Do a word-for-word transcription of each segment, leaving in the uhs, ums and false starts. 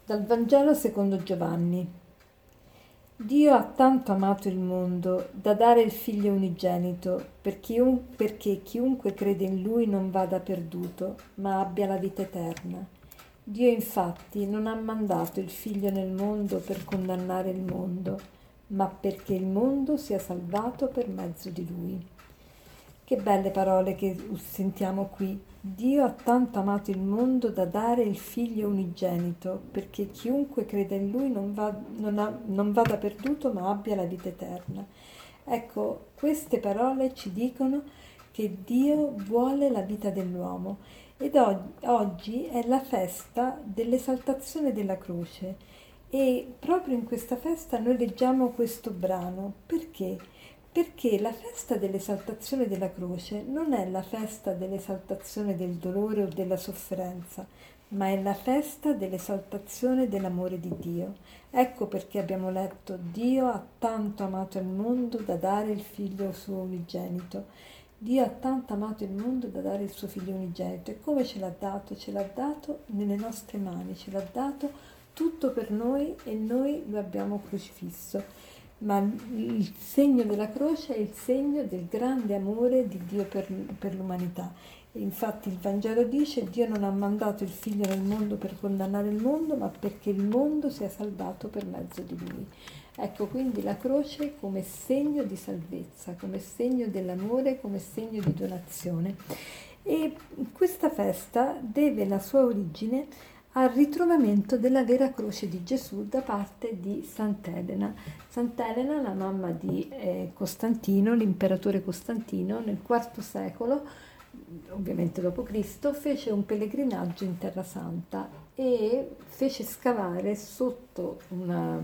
Dal Vangelo secondo Giovanni. Dio ha tanto amato il mondo da dare il Figlio unigenito, per chiun- perché chiunque crede in Lui non vada perduto, ma abbia la vita eterna. Dio infatti non ha mandato il Figlio nel mondo per condannare il mondo, ma perché il mondo sia salvato per mezzo di Lui. Che belle parole che sentiamo qui. Dio ha tanto amato il mondo da dare il Figlio unigenito, perché chiunque crede in Lui non, va, non, ha, non vada perduto, ma abbia la vita eterna. Ecco, queste parole ci dicono che Dio vuole la vita dell'uomo ed og- oggi è la festa dell'esaltazione della croce e proprio in questa festa noi leggiamo questo brano. Perché? Perché la festa dell'esaltazione della croce non è la festa dell'esaltazione del dolore o della sofferenza, ma è la festa dell'esaltazione dell'amore di Dio. Ecco perché abbiamo letto: Dio ha tanto amato il mondo da dare il figlio suo unigenito. Dio ha tanto amato il mondo da dare il suo figlio unigenito. E come ce l'ha dato? Ce l'ha dato nelle nostre mani, ce l'ha dato tutto per noi e noi lo abbiamo crocifisso. Ma il segno della croce è il segno del grande amore di Dio per, per l'umanità. E infatti il Vangelo dice: Dio non ha mandato il Figlio nel mondo per condannare il mondo, ma perché il mondo sia salvato per mezzo di Lui. Ecco quindi la croce come segno di salvezza, come segno dell'amore, come segno di donazione. E questa festa deve la sua origine al ritrovamento della vera croce di Gesù da parte di Sant'Elena. Sant'Elena, la mamma di eh, Costantino, l'imperatore Costantino, nel quarto secolo, ovviamente dopo Cristo, fece un pellegrinaggio in Terra Santa e fece scavare sotto una,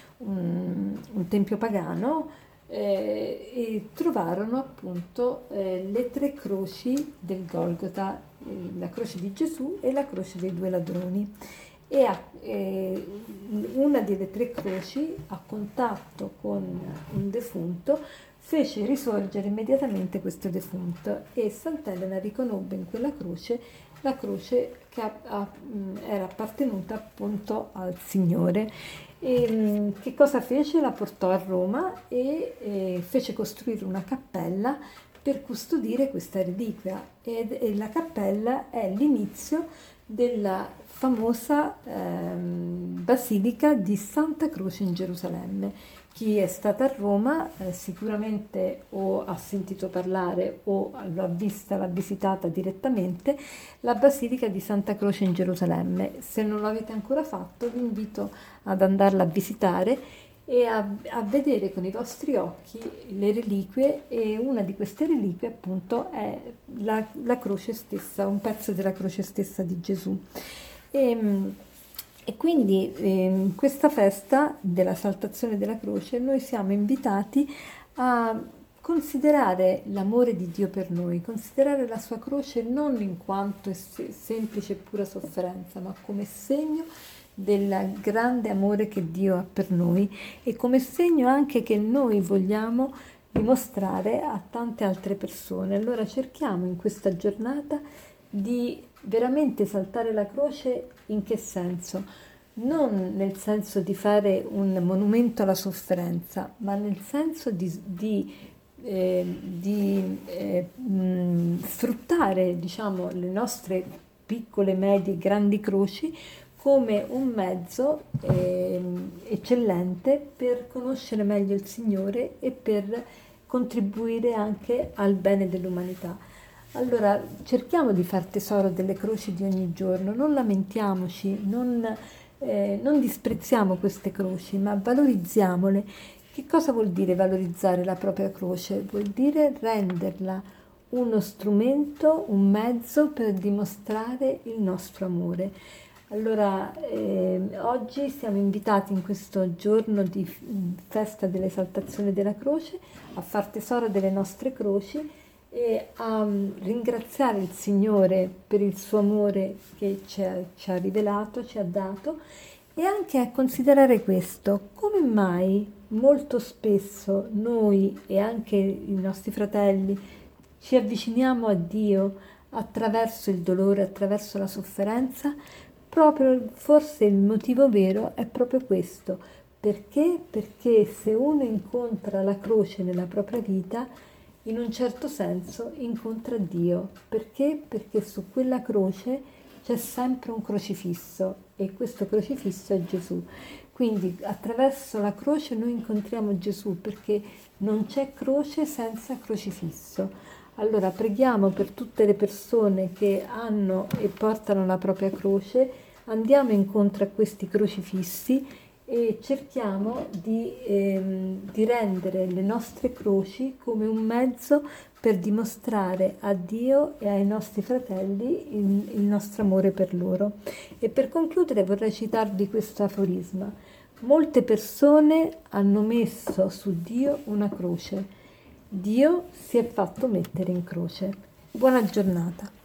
un, un tempio pagano eh, e trovarono appunto eh, le tre croci del Golgota, eh, la croce di Gesù e la croce dei due ladroni. E a, eh, una delle tre croci, a contatto con un defunto, fece risorgere immediatamente questo defunto e Sant'Elena riconobbe in quella croce la croce che ha, ha, era appartenuta appunto al Signore. E, che cosa fece? La portò a Roma e, e fece costruire una cappella per custodire questa reliquia ed, e la cappella è l'inizio della famosa ehm, basilica di Santa Croce in Gerusalemme. Chi è stato a Roma eh, sicuramente o ha sentito parlare o l'ha vista, l'ha visitata direttamente, la Basilica di Santa Croce in Gerusalemme. Se non l'avete ancora fatto, vi invito ad andarla a visitare e a, a vedere con i vostri occhi le reliquie, e una di queste reliquie appunto è la, la croce stessa, un pezzo della croce stessa di Gesù. E, e quindi in questa festa della saltazione della croce noi siamo invitati a considerare l'amore di Dio per noi, considerare la sua croce non in quanto è semplice e pura sofferenza, ma come segno del grande amore che Dio ha per noi e come segno anche che noi vogliamo dimostrare a tante altre persone. Allora cerchiamo in questa giornata di veramente esaltare la croce. In che senso? Non nel senso di fare un monumento alla sofferenza, ma nel senso di, di, eh, di eh, mh, sfruttare, diciamo, le nostre piccole, medie, grandi croci come un mezzo eh, eccellente per conoscere meglio il Signore e per contribuire anche al bene dell'umanità. Allora cerchiamo di far tesoro delle croci di ogni giorno, non lamentiamoci, non, eh, non disprezziamo queste croci, ma valorizziamole. Che cosa vuol dire valorizzare la propria croce? Vuol dire renderla uno strumento, un mezzo per dimostrare il nostro amore. Allora, eh, oggi siamo invitati in questo giorno di festa dell'esaltazione della croce a far tesoro delle nostre croci e a ringraziare il Signore per il suo amore che ci ha, ci ha rivelato, ci ha dato, e anche a considerare questo: come mai molto spesso noi e anche i nostri fratelli ci avviciniamo a Dio attraverso il dolore, attraverso la sofferenza, Proprio, forse il motivo vero è proprio questo. Perché? Perché se uno incontra la croce nella propria vita, in un certo senso incontra Dio. Perché? Perché su quella croce c'è sempre un crocifisso e questo crocifisso è Gesù. Quindi attraverso la croce noi incontriamo Gesù, perché non c'è croce senza crocifisso. Allora preghiamo per tutte le persone che hanno e portano la propria croce, andiamo incontro a questi crocifissi e cerchiamo di, ehm, di rendere le nostre croci come un mezzo per dimostrare a Dio e ai nostri fratelli il, il nostro amore per loro. E per concludere vorrei citarvi questo aforisma. Molte persone hanno messo su Dio una croce. Dio si è fatto mettere in croce. Buona giornata.